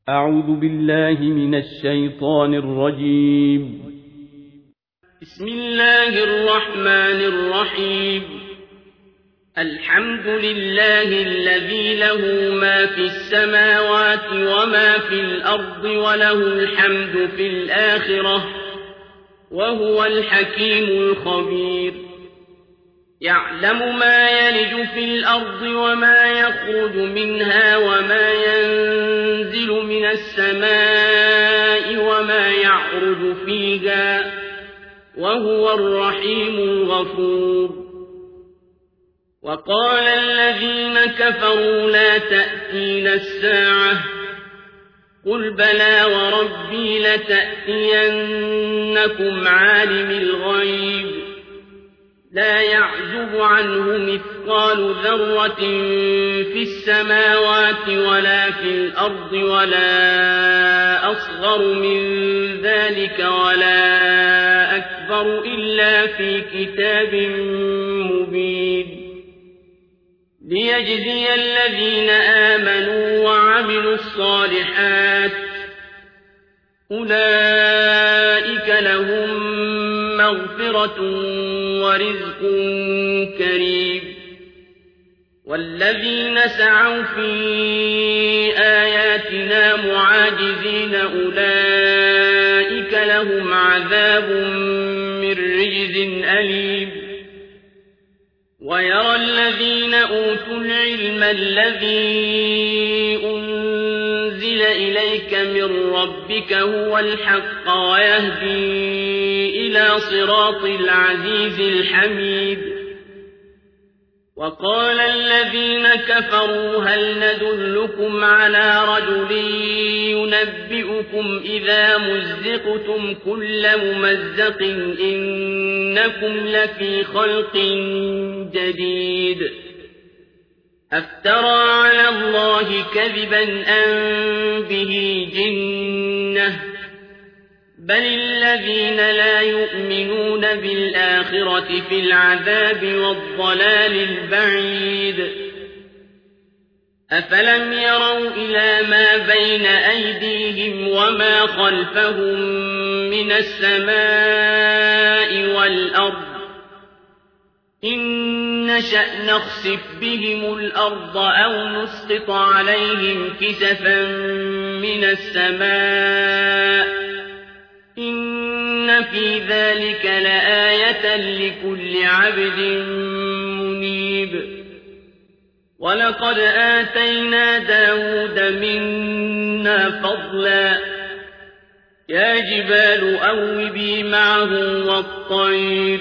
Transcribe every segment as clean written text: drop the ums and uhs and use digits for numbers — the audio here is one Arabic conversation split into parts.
أعوذ بالله من الشيطان الرجيم. بسم الله الرحمن الرحيم. الحمد لله الذي له ما في السماوات وما في الأرض وله الحمد في الآخرة وهو الحكيم الخبير. يعلم ما يلج في الأرض وما يخرج منها وما ينزل من السماء وما يعرج فيها وهو الرحيم الغفور. وقال الذين كفروا لا تأتينا الساعة قل بلى وربي لتأتينكم عالم الغيب لا يعزب عنه مثقال ذرة في السماوات ولا في الأرض ولا أصغر من ذلك ولا أكبر إلا في كتاب مبين. ليجزي الذين آمنوا وعملوا الصالحات أولئك لهم مغفرة ورزق كريم. والذين سعوا في آياتنا معاجزين أولئك لهم عذاب من رجز أليم. ويرى الذين أوتوا العلم الذي أنزل إليك من ربك هو الحق ويهدي إلى صراط العزيز الحميد. وقال الذين كفروا هل ندلكم على رجل ينبئكم إذا مزقتم كل ممزق إنكم لفي خلق جديد. أفترى على الله كذبا أم به جنة بل الذين لا يؤمنون بالآخرة في العذاب والضلال البعيد. أفلم يروا إلى ما بين أيديهم وما خلفهم من السماء والأرض إن نشأ نخسف بهم الأرض أو نسقط عليهم كسفا من السماء إن في ذلك لآية لكل عبد منيب. ولقد آتينا داود منا فضلا يا جبال أوبي معه والطير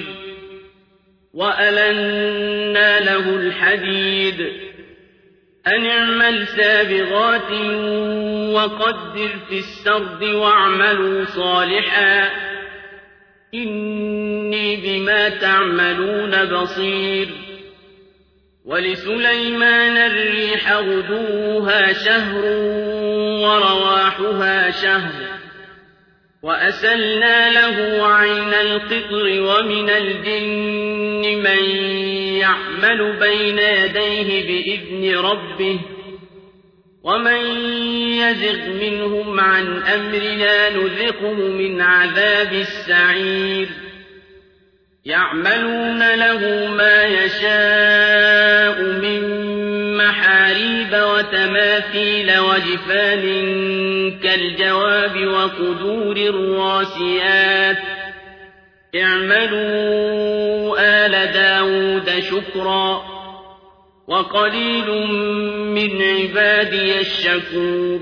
وألنا له الحديد أن اعمل سابغات وقدر في السرد واعملوا صالحا إني بما تعملون بصير. ولسليمان الريح غدوها شهر ورواحها شهر وأسلنا له عين القطر ومن الجن من يعمل بين يديه بإذن ربه ومن يزغ منهم عن أمرنا نذقه من عذاب السعير. يعملون له ما يشاء من محاريب وتماثيل وجفان كالجواب وقدور الراسيات اعملوا آل داود شكرا وقليل من عبادي الشكور.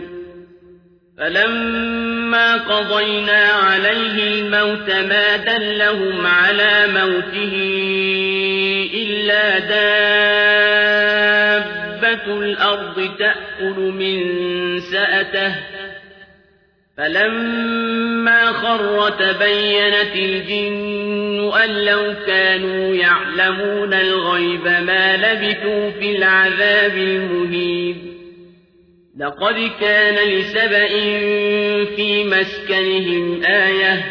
فلما قضينا عليه الموت ما دلهم على موته إلا دابة الأرض تأكل من سأته فلما خر تبينت الجن أن لو كانوا يعلمون الغيب ما لبثوا في العذاب المهين. لقد كان لسبإ في مسكنهم آية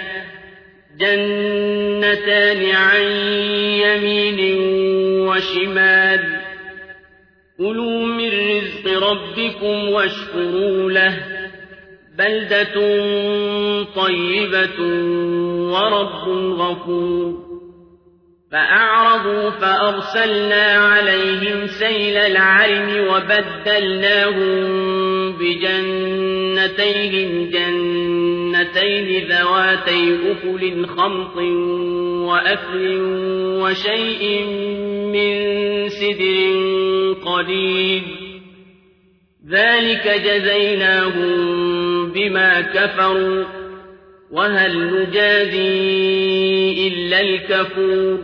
جنتان عن يمين وشمال كلوا من رزق ربكم واشكروا له بلدة طيبة ورب غفور فأعرضوا فأرسلنا عليهم سيل العرم وبدلناهم بجنتيهم جنتين ذواتي أكل خمط وأثل وشيء من سدر قليل ذلك جزيناهم بما كفروا وهل نجازي إلا الكفور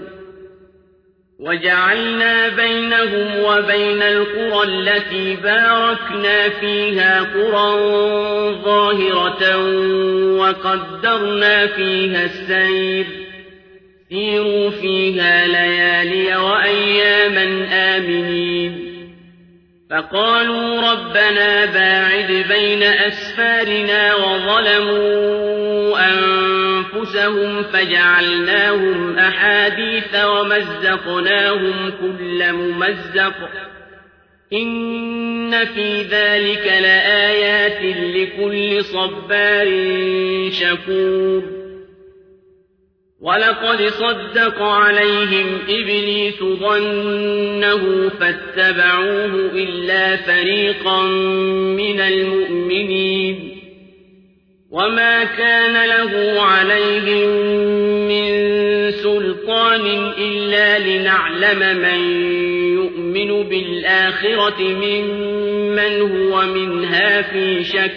وجعلنا بينهم وبين القرى التي باركنا فيها قرى ظاهرة وقدرنا فيها السير سيروا فيها ليالي وأياما آمنين فقالوا ربنا باعد بين أسفارنا وظلموا أنفسهم فجعلناهم أحاديث ومزقناهم كل ممزق إن في ذلك لآيات لكل صبار شكور ولقد صدق عليهم إبليس ظنه فاتبعوه إلا فريقا من المؤمنين وما كان له عليهم من سلطان إلا لنعلم من يؤمن بالآخرة ممن هو منها في شك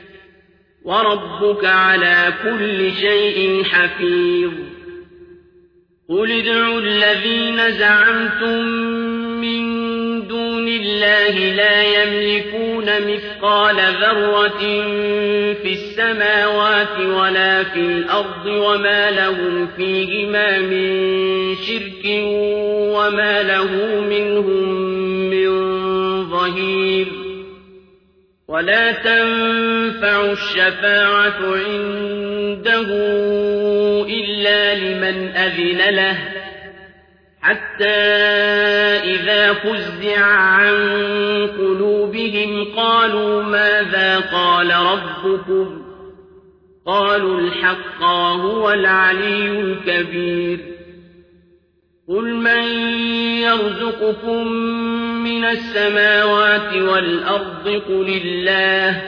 وربك على كل شيء حفيظ قل ادعوا الذين زعمتم من دون الله لا يملكون مثقال ذرة في السماوات ولا في الأرض وما لهم فيهما من شرك وما له منهم من ظهير ولا تنفع الشفاعة عنده إلا لمن أذن له حتى إذا فزع عن قلوبهم قالوا ماذا قال ربكم قالوا الحق وهو العلي الكبير قل من يرزقكم من السماوات والأرض قل الله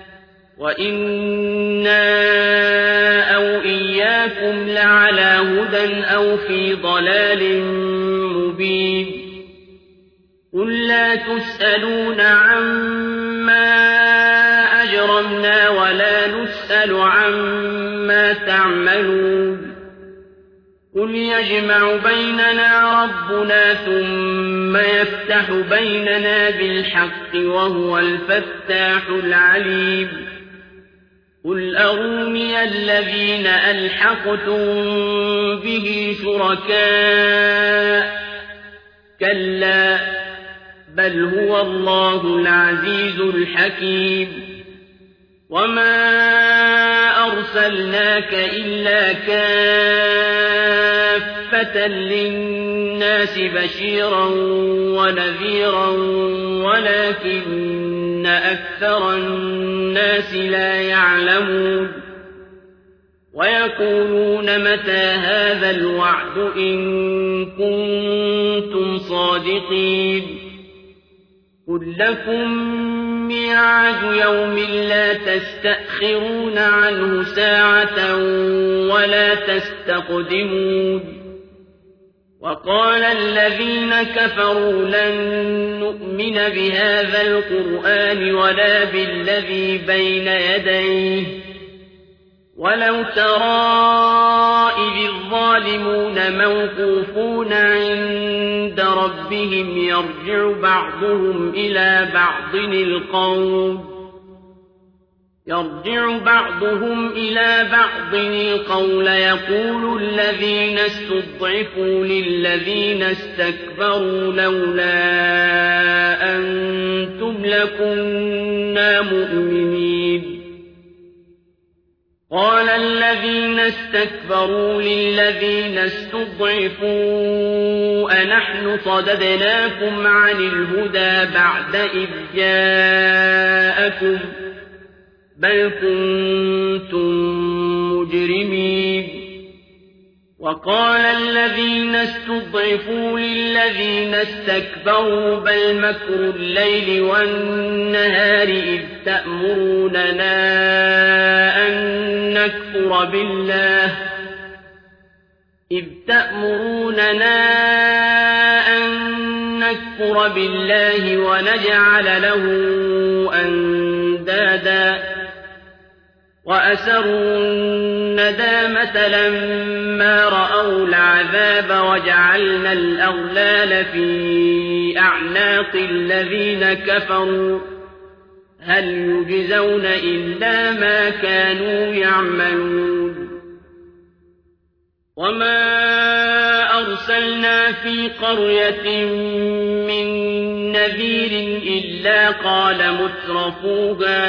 وإنا أو إياكم لعلى هدى أو في ضلال مبين قل لا تسألون عما أجرمنا ولا نسأل عما تعملون قل يجمع بيننا ربنا ثم يفتح بيننا بالحق وهو الفتاح العليم قل أروني الذين ألحقتم به شركاء كلا بل هو الله العزيز الحكيم وما أرسلناك إلا كافة للناس بشيرا ونذيرا ولكن أكثر الناس لا يعلمون ويقولون متى هذا الوعد إن كنتم صادقين قل لكم ميعاد يوم لا تستأخرون عنه ساعة ولا تستقدمون وقال الذين كفروا لن نؤمن بهذا القرآن ولا بالذي بين يديه ولو ترى إذ الظالمون موقوفون عند ربهم يرجع بعضهم إلى بعض القول يقول الذين استضعفوا للذين استكبروا لولا أنتم لكنا مؤمنين قال الذين استكبروا للذين استضعفوا أنحن صددناكم عن الهدى بعد إذ جاءكم بل كنتم مجرمين وقال الذين استضعفوا للذين استكبروا بل مكر الليل والنهار إذ تأمروننا أن نكفر بالله ونجعل له أندادا وأسروا الندامة لما رأوا العذاب وجعلنا الأغلال في أعناق الذين كفروا هل يجزون إلا ما كانوا يعملون وما أرسلنا في قرية من نذير إلا قال مترفوها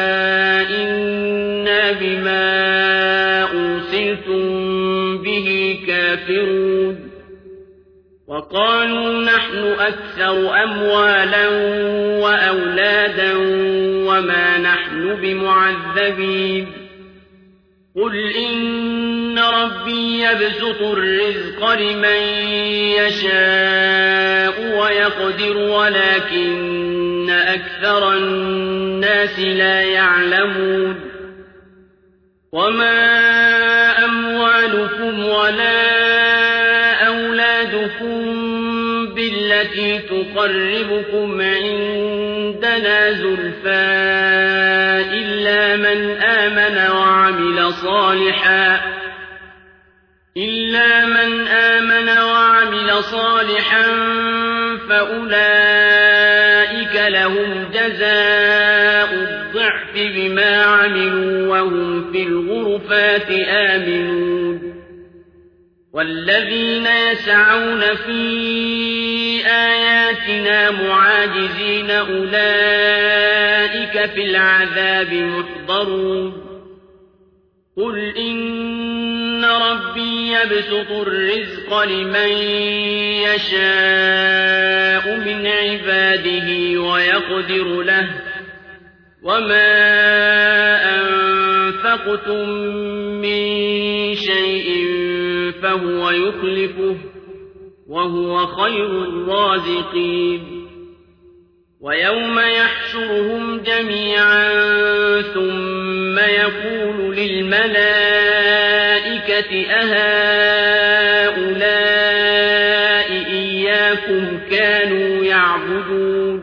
إنا بما أرسلتم به كافرون وقالوا نحن أكثر أموالا وأولادا وما نحن بمعذبين قل إن ربي يبسط الرزق لمن يشاء ويقدر ولكن أكثر الناس لا يعلمون وما أموالكم ولا أولادكم بالتي تقربكم عندنا زلفى إلا من آمن وعمل صالحا فأولئك لهم جزاء الضعف بما عملوا وهم في الغرفات آمنون والذين يسعون في آياتنا معاجزين أولئك في العذاب محضرون قل إن ربي يبسط الرزق لمن يشاء من عباده ويقدر له وما أنفقتم من شيء فهو يخلفه وهو خير الرازقين ويوم يحشرهم جميعا ثم يقول للملائكة أهؤلاء إياكم كانوا يعبدون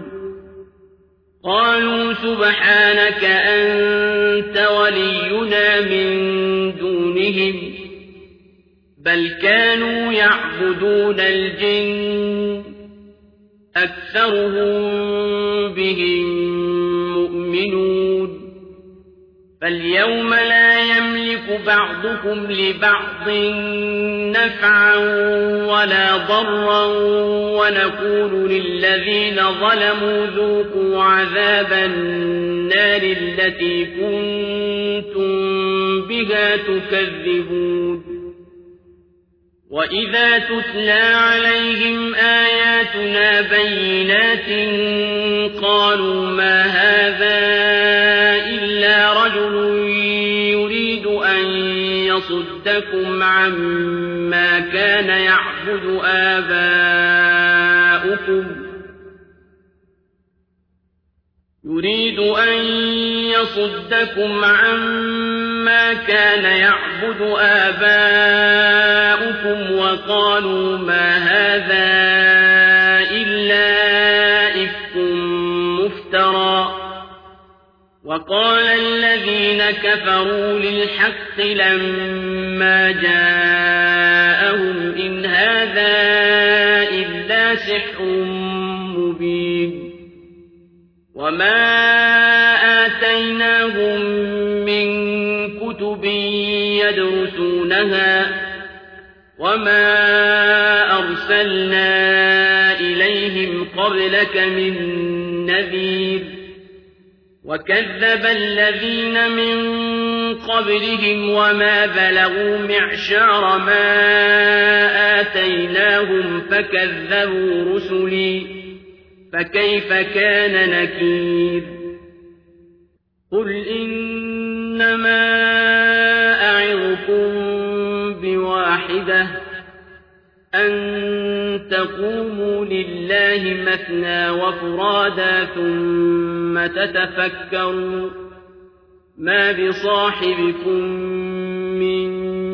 قالوا سبحانك أنت ولينا من دونهم بل كانوا يعبدون الجن أكثرهم بهم مؤمنون فاليوم لا يملك بعضكم لبعض نفعا ولا ضرا ونقول للذين ظلموا ذوقوا عذاب النار التي كنتم بها تكذبون وإذا تتلى عليهم آياتنا بينات قالوا ما هذا إلا رجل يريد أن يصدكم عما كان يعبد آباؤكم وقالوا ما هذا إلا إفك مفترى وقال الذين كفروا للحق لما جاءهم إن هذا إلا سحر مبين وما آتيناهم من كتب يدرسونها وما أرسلنا إليهم قبلك من نذير وكذب الذين من قبلهم وما بلغوا معشار ما آتيناهم فكذبوا رسلي فكيف كان نكير قل إنما أعظكم بواحدة أن تقوموا لله مثنى وفرادا ثم تتفكروا ما بصاحبكم من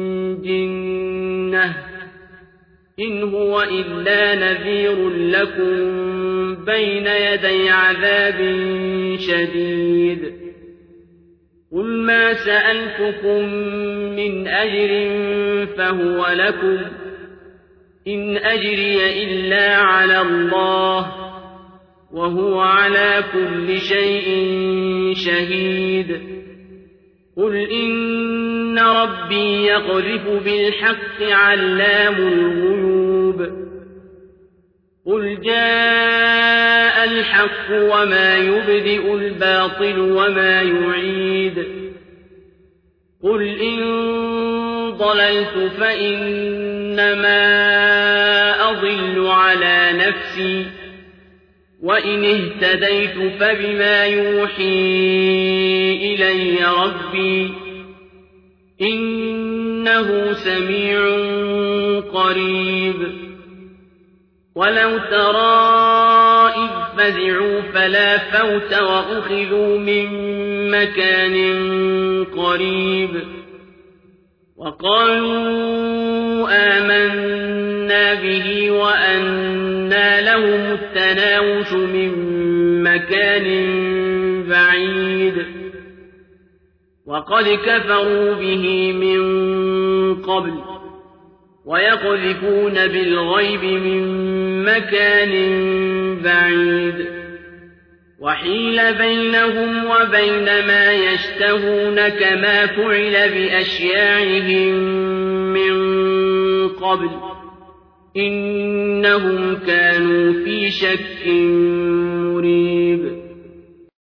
جنة إن هو إلا نذير لكم بين يدي عذاب شديد قل ما سألتكم من أجر فهو لكم إن أجري إلا على الله وهو على كل شيء شهيد قل إن ربي يقذف بالحق علام الغيوب قل جاء الحق وما يبدئ الباطل وما يعيد قل إن ضللت فإنما أضل على نفسي وإن اهتديت فبما يوحي إلي ربي إنه سميع قريب ولو ترى إذ فزعوا فلا فوت وأخذوا من مكان قريب وقالوا آمنا به وأنى لهم التناوش من مكان بعيد وقد كفروا به من قبل ويقذفون بالغيب من مكان بعيد وحيل بينهم وبين ما يشتهون كما فعل بأشياعهم من قبل إنهم كانوا في شك